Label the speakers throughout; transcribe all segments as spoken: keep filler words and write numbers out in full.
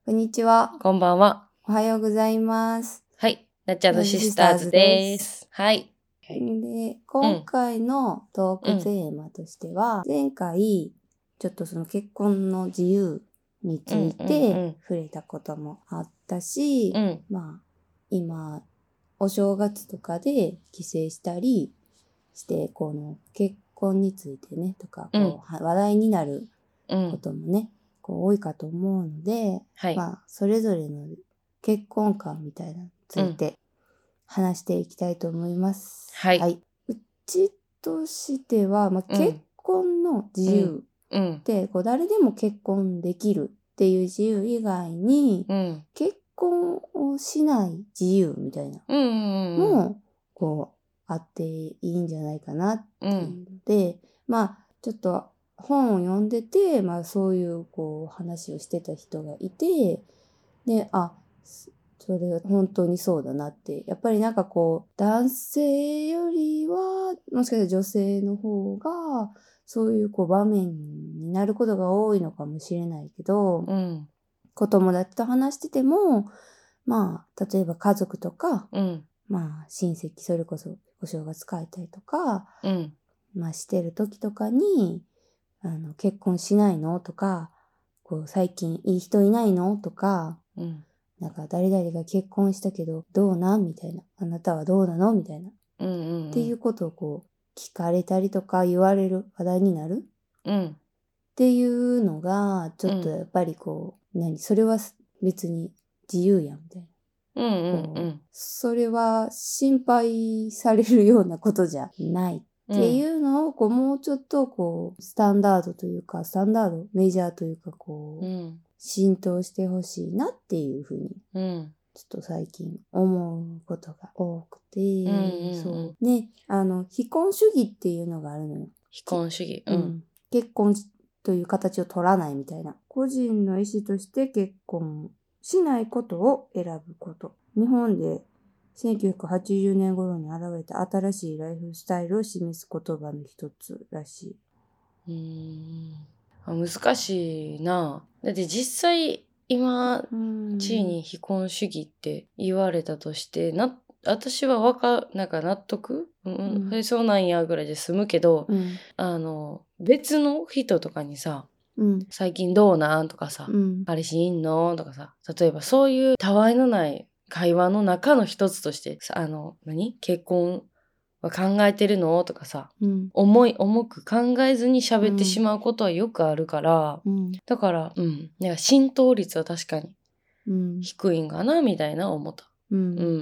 Speaker 1: こんにちは。
Speaker 2: こんばんは。
Speaker 1: おはようございます。
Speaker 2: はい。なっちゃんのシスターズです。はい。
Speaker 1: で、今回のトークテーマとしては、うん、前回、ちょっとその結婚の自由について触れたこともあったし、
Speaker 2: うん、
Speaker 1: まあ、今、お正月とかで帰省したりして、この結婚についてね、とか、こう、うん、話題になることもね、こう多いかと思うので、
Speaker 2: はい、
Speaker 1: まあ、それぞれの結婚観みたいなのについて話していきたいと思います。
Speaker 2: はい。はい、
Speaker 1: うちとしては、まあ、結婚の自由って、こう誰でも結婚できるっていう自由以外に、うん、結婚をしない自由みたいなのも、こう、あっていいんじゃないかなっていうので、うん、まあ、ちょっと本を読んでて、まあそういうこう話をしてた人がいて、で、あ、それは本当にそうだなって。やっぱりなんかこう、男性よりは、もしかしたら女性の方が、そういうこう場面になることが多いのかもしれないけど、うん、子供だと話してても、まあ、例えば家族とか、うん、まあ親戚、それこそお正月帰ったりとか、うん、まあしてる時とかに、あの、結婚しないのとか、こう、最近いい人いないのとか、うん、なんか誰々が結婚したけど、どうなんみたいな。あなたはどうなのみたいな、うんうんうん。っていうことをこう、聞かれたりとか言われる話題になる、うん、っていうのが、ちょっとやっぱりこう、うん、何それは別に自由やん、みたいな。うんうんうん、それは心配されるようなことじゃないっていうのをこうもうちょっとこうスタンダードというかスタンダードメジャーというかこう、うん、浸透してほしいなっていうふうに、うん、ちょっと最近思うことが多くて、うんうんうん、そうね、あの非婚主義っていうのがあるのよ。
Speaker 2: 非婚主義、
Speaker 1: うん、うん、結婚という形を取らないみたいな。個人の意思として結婚しないことを選ぶこと。日本でせんきゅうひゃくはちじゅうねん頃に現れた新しいライフスタイルを示す言葉の一つらしい。
Speaker 2: うーん、難しいな。だって実際今地に非婚主義って言われたとしてな、私はわかなんか納得、うん、うん、そうなんやぐらいで済むけど、うん、あの別の人とかにさ、うん、最近どうなんとかさ、うん、彼氏いんのとかさ、例えばそういうたわいのない会話の中の一つとしてあの何結婚は考えてるのとかさ、うん、重い重く考えずに喋ってしまうことはよくあるから、うん、だからうんいや浸透率は確かに低いんかなみたいな思った、
Speaker 1: うんうんうん、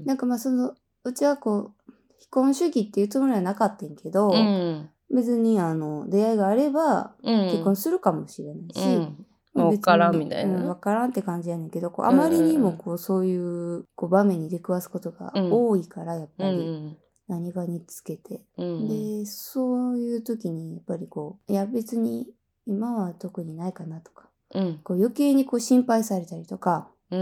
Speaker 1: なんかまあそのうちはこう非婚主義っていうつもりはなかったんけど、うん、別にあの出会いがあれば結婚するかもしれないし、うん
Speaker 2: うん、分からんみたいな、
Speaker 1: うん、分からんって感じやねんけど、こうあまりにもこうそういうこう場面に出くわすことが多いから、やっぱり、うん、何かにつけて、うん、でそういう時にやっぱりこういや別に今は特にないかなとか、うん、こう余計にこう心配されたりとか、うん、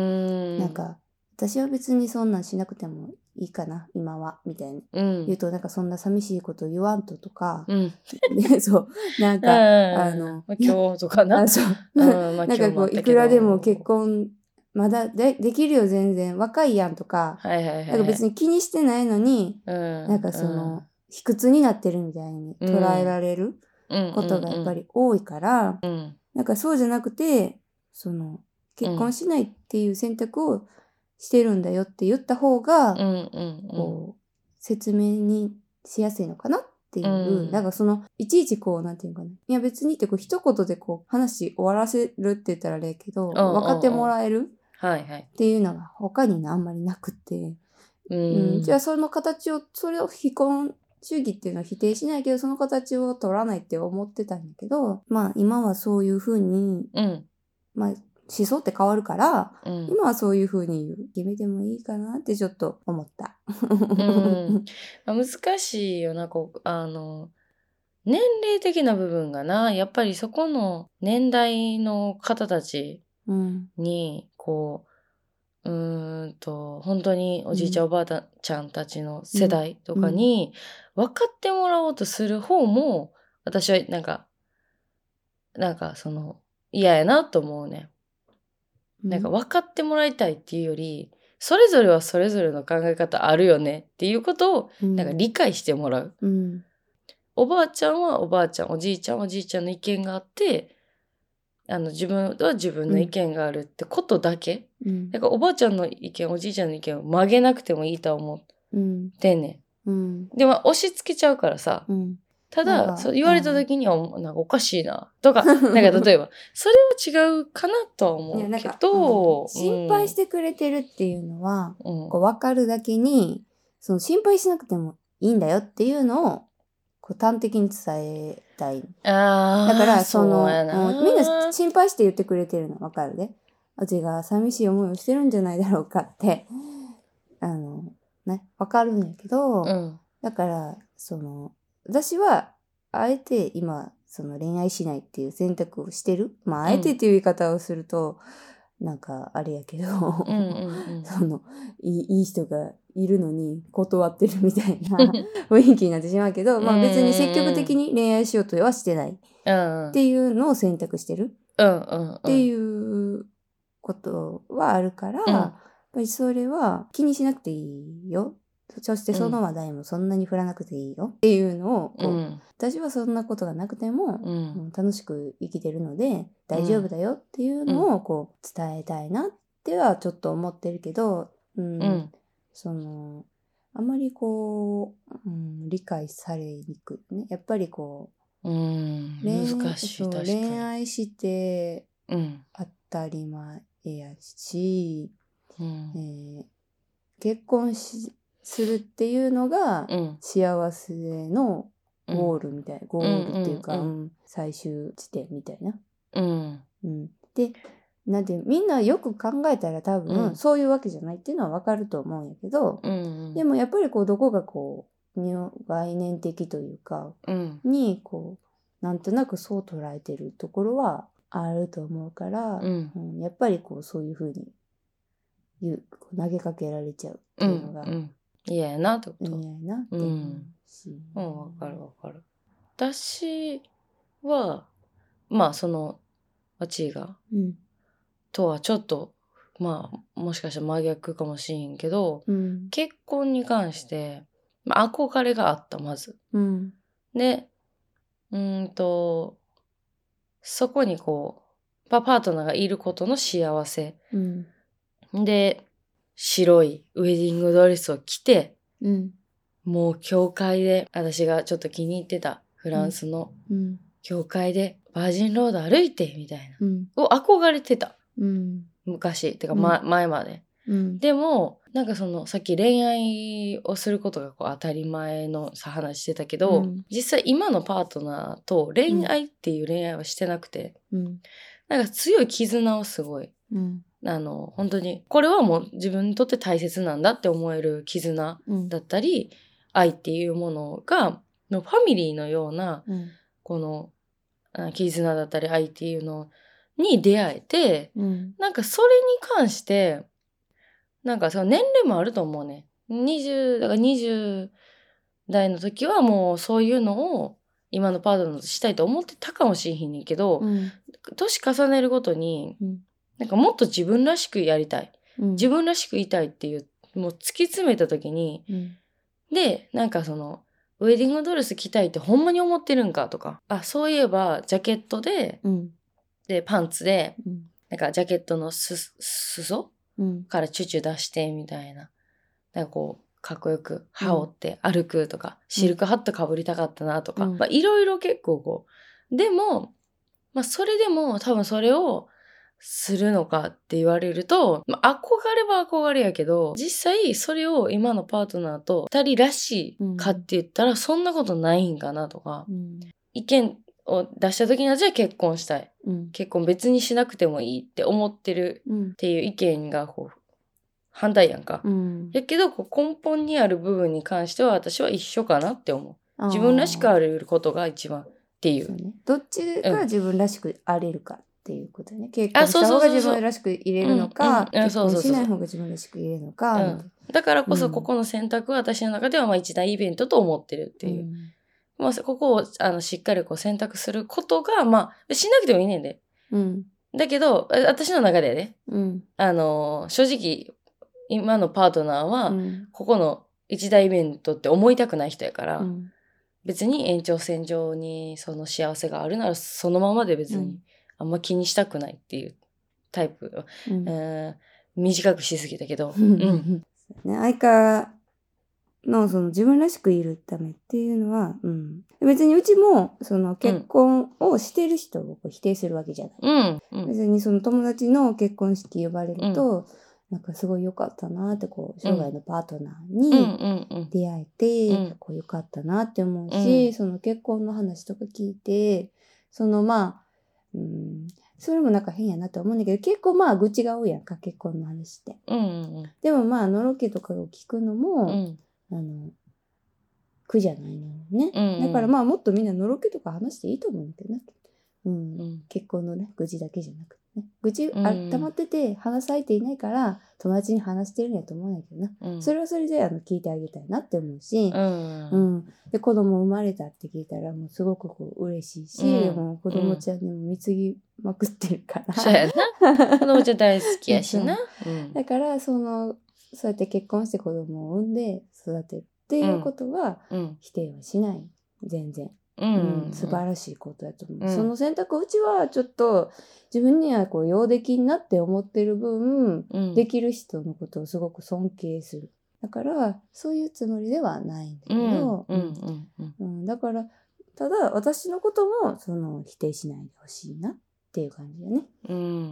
Speaker 1: なんか私は別にそんなんしなくてもいいかな今はみたいに、うん、言うとなんかそんな寂しいこと言わんととか、うん、でそうなんか、うん、あの
Speaker 2: 今日とかな、
Speaker 1: あそう、うん、なんかこういくらでも結婚まだ で, できるよ全然若いやんとか、はいはいはい、なんか別に気にしてないのに、うん、なんかその、うん、卑屈になってるみたいに捉えられることがやっぱり多いから、うんうんうん、なんかそうじゃなくてその結婚しないっていう選択をしてるんだよって言った方が、うんうんうん、こう説明にしやすいのかなっていう、うん、なんかそのいちいちこうなんていうかね、いや別にってこう一言でこう話終わらせるって言ったらあれやけど、うんうんうん、分かってもらえるっていうのが他にあんまりなくて、うん、うん、じゃあその形をそれを非婚主義っていうのは否定しないけどその形を取らないって思ってたんだけど、まあ今はそういうふうに、うん、まあ思想って変わるから、うん、今はそういう風に決めてもいいかなってちょっと思った。
Speaker 2: うん、難しいよな、こう、あの、年齢的な部分がな、やっぱりそこの年代の方たちに、こう、うーんと、本当におじいちゃん、うん、おばあちゃんたちの世代とかに分かってもらおうとする方も、私はなんか、なんかその、嫌やなと思うね。 なんか分かってもらいたいっていうより、それぞれはそれぞれの考え方あるよねっていうことをなんか理解してもらう、
Speaker 1: うん、
Speaker 2: おばあちゃんはおばあちゃん、おじいちゃんはおじいちゃんの意見があって、あの自分は自分の意見があるってことだけ、うん、だからおばあちゃんの意見、おじいちゃんの意見を曲げなくてもいいと思ってんねん、うん、でも押し付けちゃうからさ、うん、ただそう言われた時には、うん、なんかおかしいなとか、なんか例えばそれは違うかなとは思うけど、
Speaker 1: うん、心配してくれてるっていうのは、うん、こう分かるだけに、その心配しなくてもいいんだよっていうのをこう端的に伝えたい。
Speaker 2: あ
Speaker 1: だからその
Speaker 2: そうやな、
Speaker 1: うん、みんな心配して言ってくれてるの分かるで、うちが寂しい思いをしてるんじゃないだろうかってあのね分かるんやけど、うん、だからその私はあえて今その恋愛しないっていう選択をしてる。まああえてっていう言い方をすると、うん、なんかあれやけど、うんうんうん、そのいい、いい人がいるのに断ってるみたいな雰囲気になってしまうけど、まあ別に積極的に恋愛しようとはしてないっていうのを選択してるっていうことはあるから、うん、やっぱりそれは気にしなくていいよ。そしてその話題もそんなに振らなくていいよっていうのをこう、うん、私はそんなことがなくても、うん、楽しく生きてるので大丈夫だよっていうのをこう伝えたいなってはちょっと思ってるけど、うんうん、そのあまりこう、うん、理解されにくいね。やっぱりこう、
Speaker 2: うん、難しい、
Speaker 1: そう、恋愛して当たり前やし、うんえー、結婚しするっていうのが幸せのゴールみたいな、ゴールっていうか、うんうんうん、最終地点みたいな。うんうん、で、なんてみんなよく考えたら多分、うん、そういうわけじゃないっていうのはわかると思うんやけど、うんうん、でもやっぱりこうどこかこう概念的というか、うん、にこうなんとなくそう捉えてるところはあると思うから、うんうん、やっぱりこうそういうふうに言う投げかけられちゃうっていうのが、
Speaker 2: うんうん、嫌やなってこと
Speaker 1: 嫌やなって思うし、
Speaker 2: うん、うん、わかるわかる。私はまあそのわちが、うん、とはちょっとまあもしかしたら真逆かもしれんけど、うん、結婚に関して、まあ、憧れがあったまず、うん、でうんとそこにこうパートナーがいることの幸せ、うん、で白いウェディングドレスを着て、うん、もう教会で私がちょっと気に入ってたフランスの教会でバージンロード歩いてみたいな、うん、を憧れてた、うん、昔てか、まうん、前まで、うん、でもなんかそのさっき恋愛をすることがこう当たり前のさ話してたけど、うん、実際今のパートナーと恋愛っていう恋愛はしてなくて、うん、なんか強い絆をすごい、うん、あの本当にこれはもう自分にとって大切なんだって思える絆だったり、うん、愛っていうものがのファミリーのような、うん、この絆だったり愛っていうのに出会えて、うん、なんかそれに関してなんかその年齢もあると思うね。にじゅうだからにじゅう代の時はもうそういうのを今のパートナーとしたいと思ってたかもしれへんねんけど、うん、年重ねるごとに、うん、なんかもっと自分らしくやりたい、うん、自分らしくいたいっていうもう突き詰めた時に、うん、でなんかそのウェディングドレス着たいってほんまに思ってるんかとか、あそういえばジャケットで、うん、でパンツで、うん、なんかジャケットのす裾、うん、からチュチュ出してみたいな、なんかこうかっこよく羽織って歩くとか、うん、シルクハットかぶりたかったなとか、うん、まあいろいろ結構こうでも、まあ、それでも多分それをするのかって言われると、まあ、憧れは憧れやけど実際それを今のパートナーと二人らしいかって言ったらそんなことないんかなとか、うん、意見を出した時にはじゃあ結婚したい、うん、結婚別にしなくてもいいって思ってるっていう意見がこう反対やんか、うん、やけどこう根本にある部分に関しては私は一緒かなって思う。自分らしくあれることが一番っていう、
Speaker 1: ね、どっちが自分らしくあれるかっていうことね、うん、結婚した方が自分らしく入れるのか、結婚しない方が自分らしく入れるのか、うん、
Speaker 2: だからこそここの選択は私の中ではまあ一大イベントと思ってるっていう、うんまあ、ここをあのしっかりこう選択することがまあしなくてもいいねんで、うんだけど、私の中でね、
Speaker 1: うん、
Speaker 2: あの、正直、今のパートナーは、うん、ここの一大イベントって思いたくない人やから、うん、別に延長線上にその幸せがあるならそのままで別にあんま気にしたくないっていうタイプ。うん、えー、短くしすぎたけど。うん。
Speaker 1: ね、相川のその自分らしくいるためっていうのは、うん、別にうちもその結婚をしてる人を否定するわけじゃない。
Speaker 2: うんうん、
Speaker 1: 別にその友達の結婚式呼ばれると、うん、なんかすごい良かったなってこう生涯のパートナーに出会えて、うん、こう良かったなって思うし、うん、その結婚の話とか聞いて、そのまあ、うん、それもなんか変やなと思うんだけど、結構まあ愚痴が多いやんか、結婚の話って。
Speaker 2: うんうんうん、
Speaker 1: でもまあのろけとかを聞くのも、うんあの苦じゃないのね、うんうん、だからまあもっとみんなのろけとか話していいと思うんだけどね、うんうん、結婚のね愚痴だけじゃなくてね、愚痴あ、うん、溜まってて話す相手いないから友達に話してるんやと思うんやけどな、うん、それはそれであの聞いてあげたいなって思うし、うんうん、で子供生まれたって聞いたらもうすごくこう嬉しいし、うん、もう子供ちゃんにも貢ぎまくってるから、
Speaker 2: そうやな、子供ちゃん大好きやしな、
Speaker 1: うん、だからそのそうやって結婚して子供を産んで育てるっていうことは否定はしない、うん、全然、うんうんうん、素晴らしいことだと思う、うん、その選択をうちはちょっと自分にはこう用できんなって思ってる分、うん、できる人のことをすごく尊敬する、だからそういうつもりではないんだけど、うんうんうんうん、だからただ私のこともその否定しないでほしいなっていう感じだね、うん、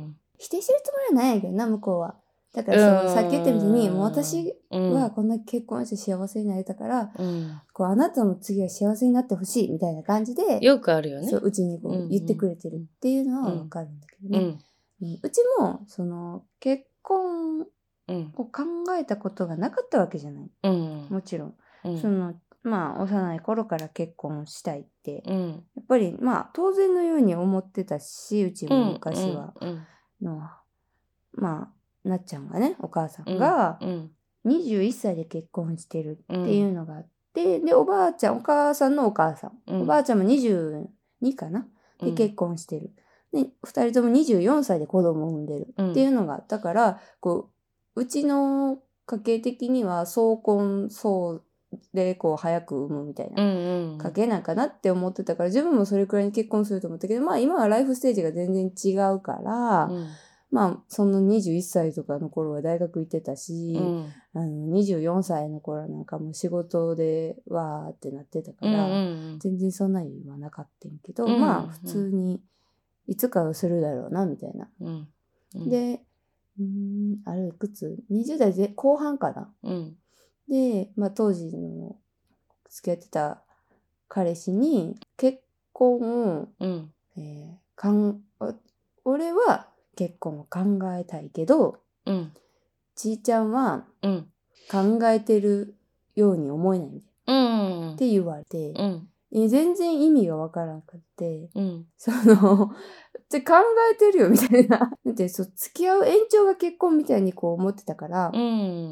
Speaker 1: 否定してるつもりはないんやけどな向こうは。だからそう、さっき言ったみたいに、もう私はこんな結婚して幸せになれたから、うん、こうあなたも次は幸せになってほしいみたいな感じで、
Speaker 2: よくあるよね。
Speaker 1: そう、うちにこう言ってくれてるっていうのはわかるんだけどね、うんうん。うちも、その、結婚を考えたことがなかったわけじゃない。うん、もちろん。うん、その、まあ、幼い頃から結婚したいって、うん、やっぱり、まあ、当然のように思ってたし、うちも昔は、の、まあ、なっちゃんがね、お母さんがにじゅういっさいで結婚してるっていうのがあって、うん、で、おばあちゃん、お母さんのお母さん、うん、おばあちゃんもにじゅうにかなで結婚してる。で、二人ともにじゅうよんさいで子供を産んでるっていうのがあったから、こう、うちの家系的には早婚、早でこう早く産むみたいな家系なんかなって思ってたから、自分もそれくらいに結婚すると思ったけど、まあ今はライフステージが全然違うから、うんまあ、そのにじゅういっさいとかの頃は大学行ってたし、うん、あのにじゅうよんさいの頃なんかも仕事でわーってなってたから、うんうんうん、全然そんなにはなかったんやけど、うんうん、まあ普通にいつかはするだろうなみたいな。うんうん、で、うーんあれいくつ ?にじゅう 代で後半かな。うん、で、まあ当時の付き合ってた彼氏に結婚を、うんえー、かん俺は結婚を考えたいけど、うん、ちーちゃんは考えてるように思えないんだよ、うん、って言われて、うん、全然意味がわからなくて、うん、そのって考えてるよみたいなでそう付き合う延長が結婚みたいにこう思ってたから、うん、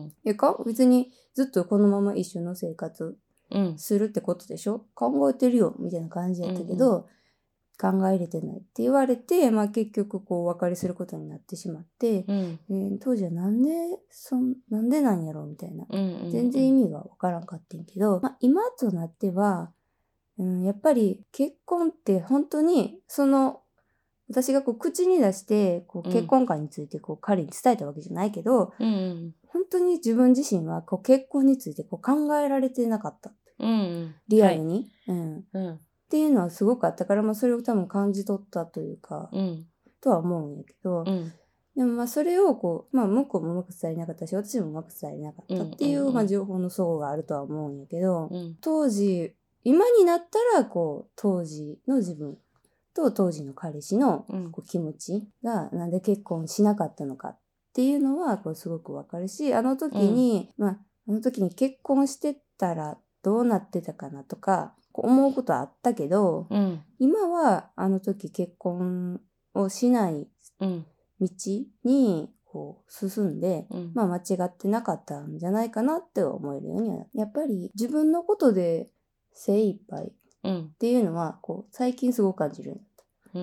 Speaker 1: いやか別にずっとこのまま一緒の生活するってことでしょ、考えてるよみたいな感じやったけど、うんうん考え入れてないって言われて、まあ、結局こうお別れすることになってしまって、うんえー、当時はなんでそんなんでなんやろみたいな、うんうんうん、全然意味がわからんかってんけど、まあ、今となっては、うん、やっぱり結婚って本当にその私がこう口に出してこう結婚観についてこう彼に伝えたわけじゃないけど、うんうん、本当に自分自身はこう結婚についてこう考えられてなかった、うんうん、リアルに、はいうんうんっていうのはすごくあったから、まあ、それを多分感じ取ったというか、うん、とは思うんやけど、うん、でもまあそれをこう、まあ、向こうもうまく伝えなかったし私もうまく伝えなかったっていう、うんうんうんまあ、情報の相互があるとは思うんやけど、うん、当時今になったらこう当時の自分と当時の彼氏のこう気持ちがなんで結婚しなかったのかっていうのはこうすごくわかるし、あの時に、うん、まああの時に結婚してたらどうなってたかなとか思うことはあったけど、うん、今はあの時結婚をしない道にこう進んで、うん、まあ間違ってなかったんじゃないかなって思えるようにはなる。やっぱり自分のことで精一杯っていうのはこう最近すごく感じるようになった。 うん、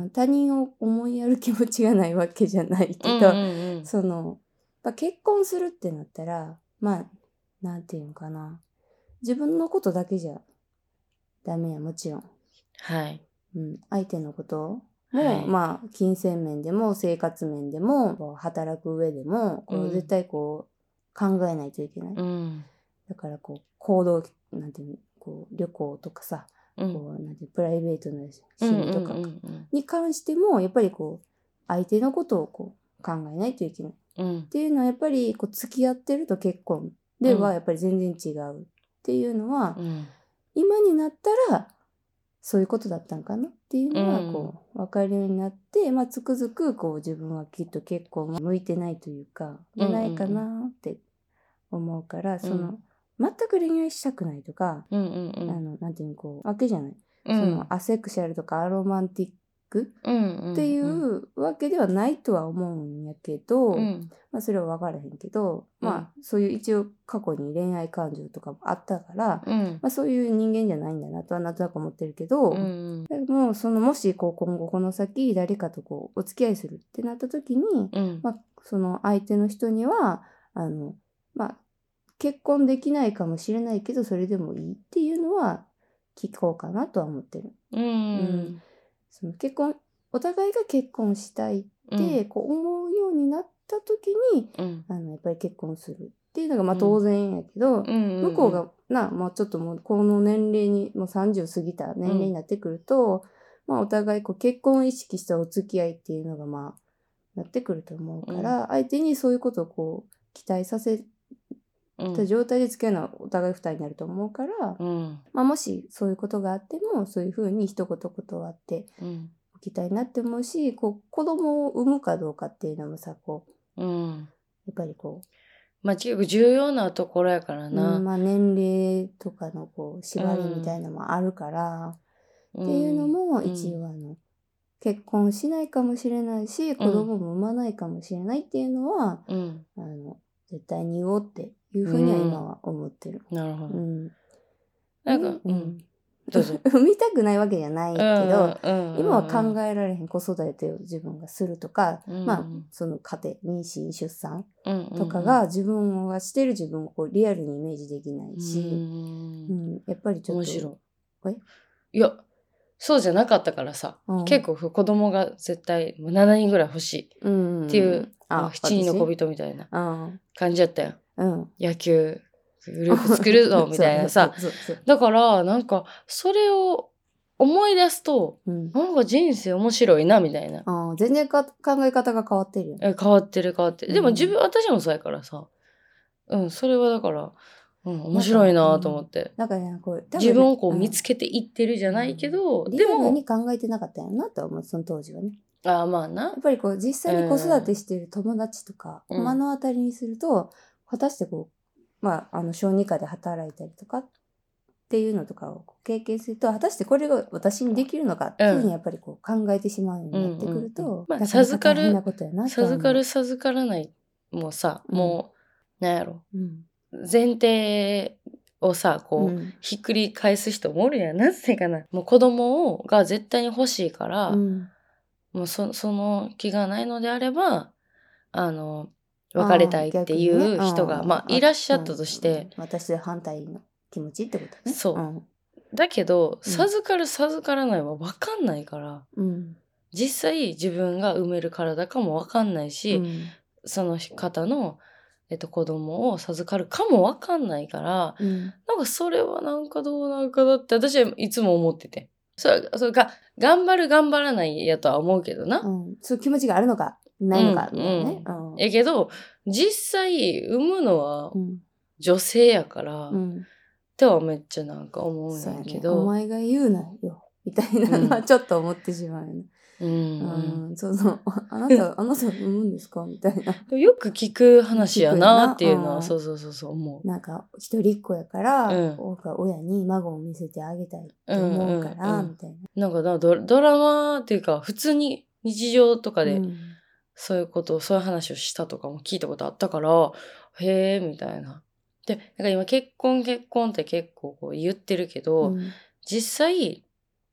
Speaker 1: 他人を思いやる気持ちがないわけじゃないけど、うんうんうん、そのやっぱ結婚するってなったらまあなんていうのかな、自分のことだけじゃダメやもちろん、
Speaker 2: はい、
Speaker 1: うん、相手のことも、はい、まあ金銭面でも生活面でも働く上でもこう絶対こう考えないといけない、うん、だからこう行動なんていうのこう旅行とかさ、うん、こうなんていうプライベートな趣味とかに関してもやっぱりこう相手のことをこう考えないといけない、うん、っていうのはやっぱりこう付き合ってると結婚ではやっぱり全然違うっていうのは、うん、今になったらそういうことだったんかなっていうのはこう分かるようになって、まあ、つくづくこう自分はきっと結婚は向いてないというかじゃないかなって思うから、うん、その全く恋愛したくないとか、うんうんうん、あのなんていうのこうわけじゃない、うん、そのアセクシャルとかアロマンティックっていうわけではないとは思うんやけど、うん、まあ、それは分からへんけど、うん、まあそういう一応過去に恋愛感情とかもあったから、うんまあ、そういう人間じゃないんだなとはなんとなく思ってるけど、うん、でもそのもしこう今後この先誰かとこうお付き合いするってなった時に、うんまあ、その相手の人にはあのまあ結婚できないかもしれないけどそれでもいいっていうのは聞こうかなとは思ってる。うん、うんその結婚お互いが結婚したいってこう思うようになった時に、うん、あのやっぱり結婚するっていうのがまあ当然やけど、うん、向こうがな、まあ、ちょっともうこの年齢にもうさんじゅう過ぎた年齢になってくると、うんまあ、お互いこう結婚を意識したお付き合いっていうのがまあなってくると思うから、うん、相手にそういうことをこう期待させた状態で付き合うのはお互い二人になると思うから、うんまあ、もしそういうことがあってもそういうふうに一言断っておきたいなって思うし、こう子供を産むかどうかっていうのもさこう、うん、やっぱりこう
Speaker 2: まあ結構重要なところやからな、
Speaker 1: うんまあ、年齢とかのこう縛りみたいなのもあるから、うん、っていうのも一応あの、うん、結婚しないかもしれないし子供も産まないかもしれないっていうのは、うん、あの絶対に言おうっていうふうには今は思ってる。
Speaker 2: うん、なるほど。うん、
Speaker 1: なんか、うん、どうぞ。産みたくないわけじゃないけど、うんうん、今は考えられへん子育てを自分がするとか、うん、まあその家庭妊娠出産とかが自分がしてる自分をこうリアルにイメージできないし、うんうん、やっぱりちょっと面白
Speaker 2: い。えいやそうじゃなかったからさ、うん、結構子供が絶対しちにんぐらい欲しいっていう、うん、あしちにんの小人みたいな感じだったよ、うん、野球グループ作るぞみたいなさだからなんかそれを思い出すと、うん、なんか人生面白いなみたいな。
Speaker 1: あ全然か考え方が変わってるよ
Speaker 2: ね。変わってる変わってる。でも自分、うん、私もそうやからさ。うん、それはだから、うん、面白いなと思って。
Speaker 1: なんか、うん、なんかね、こ
Speaker 2: う自分をこう見つけていってるじゃないけど、
Speaker 1: うん、でもリアルに考えてなかったよなと思う、その当時はね。
Speaker 2: ああまあな。
Speaker 1: やっぱりこう実際に子育てしている友達とか、うん、目の当たりにすると、果たしてこう、まあ、あの小児科で働いたりとかっていうのとかを経験すると果たしてこれが私にできるのかっていうふうにやっぱりこう考えてしまうようになってくると、うんうんうんまあ、授かる
Speaker 2: 授かる授からないもうさ、うん、もうなんやろ、うん、前提をさこう、うん、ひっくり返す人もおるやん。なんていうかな、もう子供をが絶対に欲しいから、うん、もう そ, その気がないのであればあの別れたいっていう人が、ね、まあいらっしゃったとして、
Speaker 1: うん、私は反対の気持ちってことね。
Speaker 2: そう、うん、だけど授かる授からないは分かんないから、うん、実際自分が産める体かも分かんないし、うん、その方の、えっと、子供を授かるかも分かんないから、うん、なんかそれはなんかどうなんかなって私はいつも思ってて、それそれが頑張る頑張らないやとは思うけどな、
Speaker 1: うん、そういう気持ちがあるのかないのかみたいなね。
Speaker 2: うんうん、えけど実際産むのは女性やから、うん、ってはめっちゃなんか思うんやけど、
Speaker 1: ね、お前が言うなよみたいなのはちょっと思ってしまうよね。うんうんうん、そうそうあなたあなた産むんですかみたいな。
Speaker 2: よく聞く話やなっていうのは、うん、そうそうそうそう思う。
Speaker 1: なんか一人っ子やから、うん、親に孫を見せてあげたいって思うから、うんうんうん、みたいな。
Speaker 2: なんかドドラマっていうか普通に日常とかでそういうことを、そういう話をしたとかも聞いたことあったから、へえみたいな。で、なんか今結婚結婚って結構こう言ってるけど、うん、実際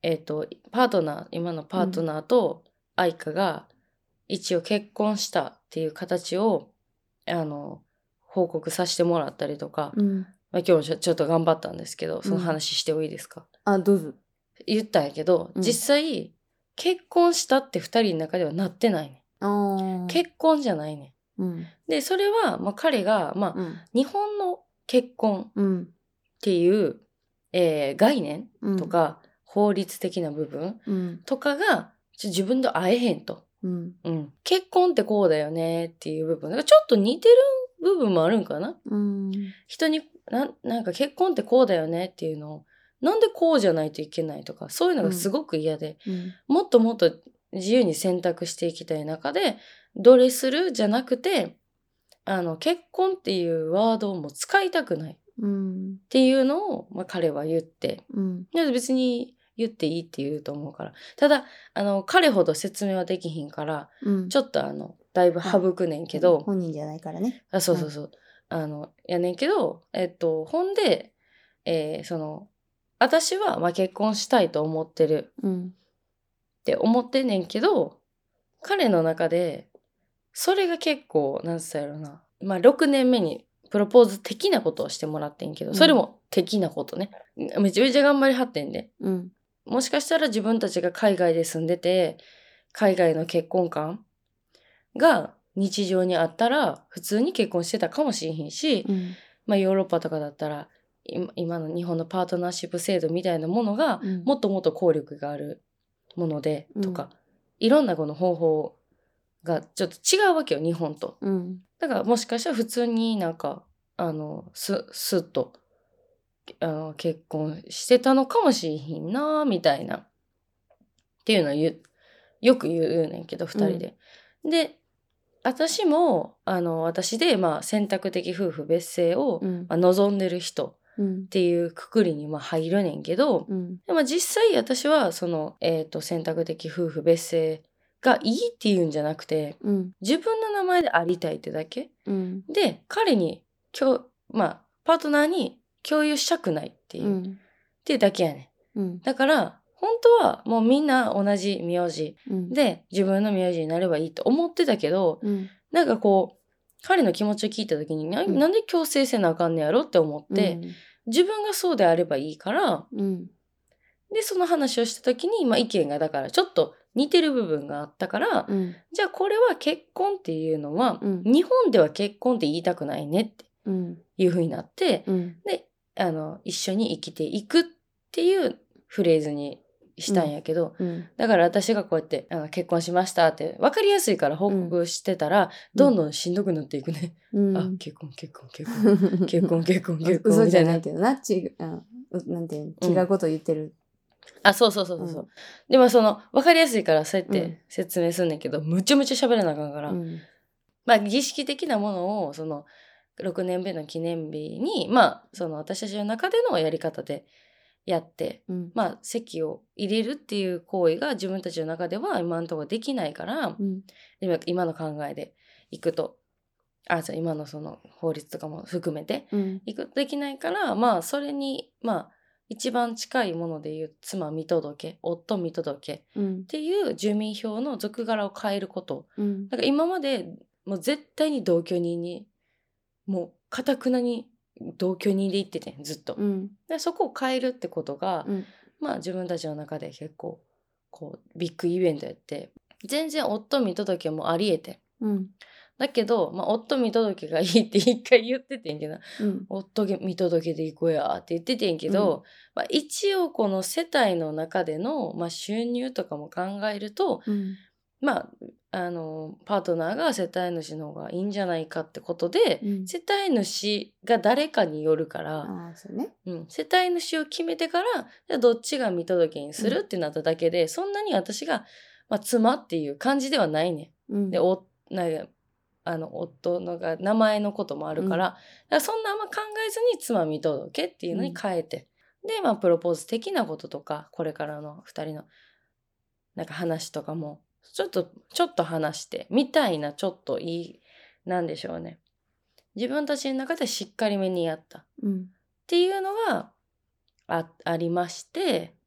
Speaker 2: えっと、パートナー、今のパートナーと愛花が一応結婚したっていう形を、あの、報告させてもらったりとか、
Speaker 1: うん
Speaker 2: まあ、今日もちょちょっと頑張ったんですけど、その話してもいいですか？
Speaker 1: あ、どうぞ。
Speaker 2: 言ったんやけど、
Speaker 1: うん
Speaker 2: 実際、結婚したって二人の中ではなってないね。
Speaker 1: あー
Speaker 2: 結婚じゃないね。
Speaker 1: うん
Speaker 2: で、それは、まあ、彼が、まあ、
Speaker 1: うん
Speaker 2: 日本の結婚
Speaker 1: うん
Speaker 2: っていう、えー概念
Speaker 1: うん
Speaker 2: とか、法律的な部分
Speaker 1: うん
Speaker 2: とかが、ちょ自分と会えへんと。
Speaker 1: うん
Speaker 2: うん。結婚ってこうだよねっていう部分。だからちょっと似てる部分もあるんかな。
Speaker 1: うん
Speaker 2: 人にな、なんか結婚ってこうだよねっていうのを、なんでこうじゃないといけないとか、そういうのがすごく嫌で、
Speaker 1: うん
Speaker 2: もっともっと自由に選択していきたい中で、どれするじゃなくて、あの、結婚っていうワードをもう使いたくないっ
Speaker 1: うん
Speaker 2: ていうのを、まあ、彼は言って、
Speaker 1: うん
Speaker 2: いや別に言っていいって言うと思うから。ただ、あの、彼ほど説明はできひんから、
Speaker 1: うん
Speaker 2: ちょっとあの、だいぶ省くねんけど、
Speaker 1: 本人じゃないからね。
Speaker 2: あ、そうそうそう。あの、やねんけど、えっと、ほんで、えーその、私は、まあ、結婚したいと思ってる
Speaker 1: うん
Speaker 2: って思ってんねんけど、彼の中で、それが結構、なんつったやろな。まあ、ろくねんめにプロポーズ的なことをしてもらってんけど、
Speaker 1: うん
Speaker 2: それも的なことね。めちゃめちゃ頑張りはってんで。
Speaker 1: うん
Speaker 2: もしかしたら自分たちが海外で住んでて、海外の結婚観が日常にあったら、普通に結婚してたかもしれへんし、
Speaker 1: うん
Speaker 2: まあヨーロッパとかだったら、今今の日本のパートナーシップ制度みたいなものが、
Speaker 1: うん
Speaker 2: もっともっと効力があるもので、
Speaker 1: うん
Speaker 2: とか、いろんなこの方法がちょっと違うわけよ、日本と。
Speaker 1: うん
Speaker 2: だからもしかしたら普通になんか、あの、す、すっと、あの、結婚してたのかもしれひんな、みたいな。っていうのは言う、よく言うねんけど、二人で。で、私も、あの、私で、まあ、選択的夫婦別姓を、
Speaker 1: うん
Speaker 2: まあ、望んでる人
Speaker 1: うん
Speaker 2: っていうくくりに、まあ、入るねんけど、
Speaker 1: うん
Speaker 2: でも実際私は、その、えっと、選択的夫婦別姓がいいっていうんじゃなくて、
Speaker 1: うん
Speaker 2: 自分の名前でありたいってだけ。
Speaker 1: うん
Speaker 2: で、彼に、今日、まあ、パートナーに共有したくないっていう、っ
Speaker 1: うん
Speaker 2: ていうだけやねん。
Speaker 1: うん
Speaker 2: だから、本当はもうみんな同じ名字
Speaker 1: うん
Speaker 2: で自分の名字になればいいと思ってたけど、
Speaker 1: うん
Speaker 2: なんかこう、彼の気持ちを聞いた時にな、
Speaker 1: うん
Speaker 2: なんで強制せなあかんねやろって思って、
Speaker 1: うん
Speaker 2: 自分がそうであればいいから、
Speaker 1: うん
Speaker 2: で、その話をした時に、まあ意見がだからちょっと似てる部分があったから、
Speaker 1: うん
Speaker 2: じゃあこれは結婚っていうのは、
Speaker 1: うん
Speaker 2: 日本では結婚って言いたくないねって
Speaker 1: うん
Speaker 2: いう風になって、
Speaker 1: うん
Speaker 2: で、あの、一緒に生きていくっていうフレーズにしたんやけど、
Speaker 1: うん
Speaker 2: だから私がこうやってあの結婚しましたって分かりやすいから報告してたら、
Speaker 1: うん
Speaker 2: どんどんしんどくなっていくね。
Speaker 1: うん
Speaker 2: あ、結婚、結婚、結婚、結婚、結婚、結婚
Speaker 1: 嘘じゃ
Speaker 2: みたいな。
Speaker 1: ないけどな、ちあうなんていうの違うこと言ってる。
Speaker 2: あ、そうそうそうそう。う
Speaker 1: うん
Speaker 2: でもその、分かりやすいからそうやっ
Speaker 1: うん
Speaker 2: て説明すんねんけど、むちゃむちゃ喋らなあかんから、
Speaker 1: うん
Speaker 2: まあ儀式的なものを、その、ろくねんめの記念日に、まあ、その私たちの中でのやり方でやって、
Speaker 1: うん
Speaker 2: まあ、籍を入れるっていう行為が自分たちの中では今のところできないから、
Speaker 1: うん
Speaker 2: 今今の考えでいくと、あ、じゃあ今のその法律とかも含めて
Speaker 1: うん
Speaker 2: いくとできないから、まあ、それに、まあ、一番近いもので言う妻見届け、夫見届け
Speaker 1: うん
Speaker 2: っていう住民票の属柄を変えること。
Speaker 1: うん
Speaker 2: だから今までもう絶対に同居人に、もう堅くなに同居人で行っててんずっと。
Speaker 1: うん
Speaker 2: でそこを変えるってことが、
Speaker 1: うん
Speaker 2: まあ自分たちの中で結構こうビッグイベントやって、全然夫見届けもありえて。
Speaker 1: うん
Speaker 2: だけど、まあ、夫見届けがいいって一回言っててんけど、
Speaker 1: うん
Speaker 2: 夫見届けで行こうやって言っててんけど、
Speaker 1: うん
Speaker 2: まあ、一応この世帯の中での、まあ、収入とかも考えると、
Speaker 1: うん
Speaker 2: まあ、あの、パートナーが世帯主の方がいいんじゃないかってことで、
Speaker 1: うん
Speaker 2: 世帯主が誰かによるから、
Speaker 1: ああそうね。
Speaker 2: うん、世帯主を決めてから、じゃあどっちが見届けにするってなっただけで、そんなに私が、まあ、妻っていう感じではないね。
Speaker 1: うん
Speaker 2: で、お、なんかあの、夫のが名前のこともあるから、
Speaker 1: うん
Speaker 2: だからそんなあんま考えずに妻見届けっていうのに変えて、で、まあ、プロポーズ的なこととか、これからの二人の、なんか話とかも、ちょっと、ちょっと話して、みたいな、ちょっといい、なんでしょうね。自分たちの中でしっかりめにやった。っ
Speaker 1: うん
Speaker 2: ていうのがあ、ありまして、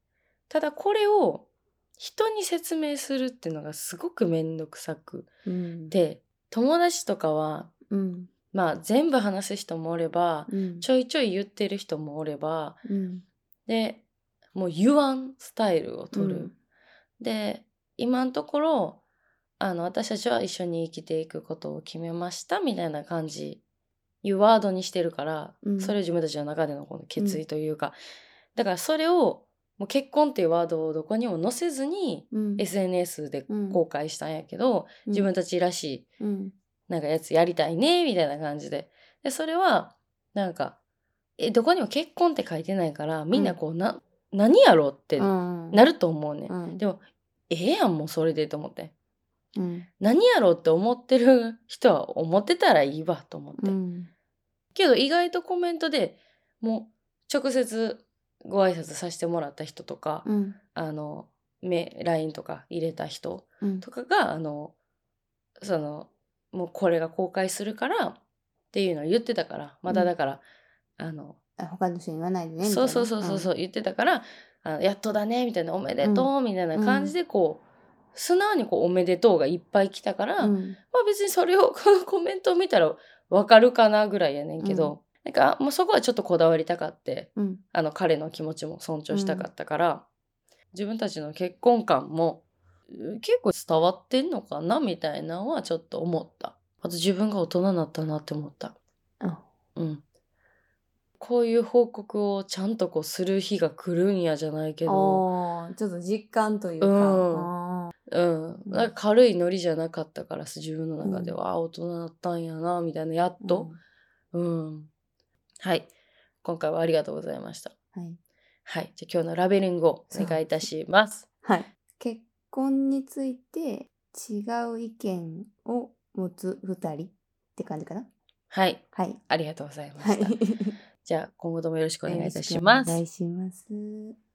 Speaker 2: ただこれを人に説明するっていうのがすごくめんどくさく
Speaker 1: うん、
Speaker 2: て、友達とかは、
Speaker 1: うん、
Speaker 2: まあ全部話す人もおれば、
Speaker 1: うん、
Speaker 2: ちょいちょい言ってる人もおれば、
Speaker 1: うん、
Speaker 2: で、もう言わんスタイルを取る。
Speaker 1: うん
Speaker 2: で、今のところ、あの、私たちは一緒に生きていくことを決めましたみたいな感じ、いうワードにしてるから、
Speaker 1: うん
Speaker 2: それを自分たちの中でのこの決意というか、だからそれを、もう結婚っていうワードをどこにも載せずに、
Speaker 1: うん、
Speaker 2: エスエヌエス で
Speaker 1: うん
Speaker 2: 公開したんやけど、
Speaker 1: うん
Speaker 2: 自分たちらしい、
Speaker 1: うん
Speaker 2: なんかやつやりたいね、みたいな感じで。で、それは、なんか、え、どこにも結婚って書いてないから、みんなこう、な、何やろって
Speaker 1: うん
Speaker 2: なると思うね。
Speaker 1: うん
Speaker 2: でも、ええやん、もうそれでと思って。
Speaker 1: うん
Speaker 2: 何やろって思ってる人は思ってたらいいわと思って。
Speaker 1: うん
Speaker 2: けど意外とコメントでもう直接ご挨拶させてもらった人とか、
Speaker 1: うん
Speaker 2: あの、め ライン とか入れた人
Speaker 1: うん
Speaker 2: とかが、あの、その、もうこれが公開するからっていうのを言ってたから、まただから、あの、
Speaker 1: あ他の人に言わないでねみたいな。
Speaker 2: そうそうそうそうそう言ってたから、あのやっとだねみたいな、おめでとうみたいな感じでこう、素直にこうおめでとうがいっぱい来たから、
Speaker 1: うん
Speaker 2: まあ別にそれをこのコメントを見たらわかるかなぐらいやねんけど、なんかもうそこはちょっとこだわりたかって、
Speaker 1: うん
Speaker 2: あの彼の気持ちも尊重したかったから、自分たちの結婚観もう結構伝わってんのかなみたいなのはちょっと思った。あと自分が大人になったなって思った。
Speaker 1: あ
Speaker 2: うん。こういう報告をちゃんとこうする日が来るんやじゃないけど、
Speaker 1: あーちょっと実感というか。
Speaker 2: うん
Speaker 1: あ
Speaker 2: うん。なんか軽いノリじゃなかったからさ、自分の中では、あ、大人だったんやな、みたいな、やっ
Speaker 1: ー
Speaker 2: と。うん。はい。今回はありがとうございました。
Speaker 1: うんはい。
Speaker 2: はい。じゃあ今日のラベリングをお願いいたします。
Speaker 1: はい。結婚について違う意見を持つ二人って感じかな。
Speaker 2: はい。
Speaker 1: はい。
Speaker 2: ありがとうございま
Speaker 1: は
Speaker 2: した。
Speaker 1: い。
Speaker 2: じゃあ今後ともよろしくお願いいたし
Speaker 1: よろしくお
Speaker 2: ます。
Speaker 1: 願いします。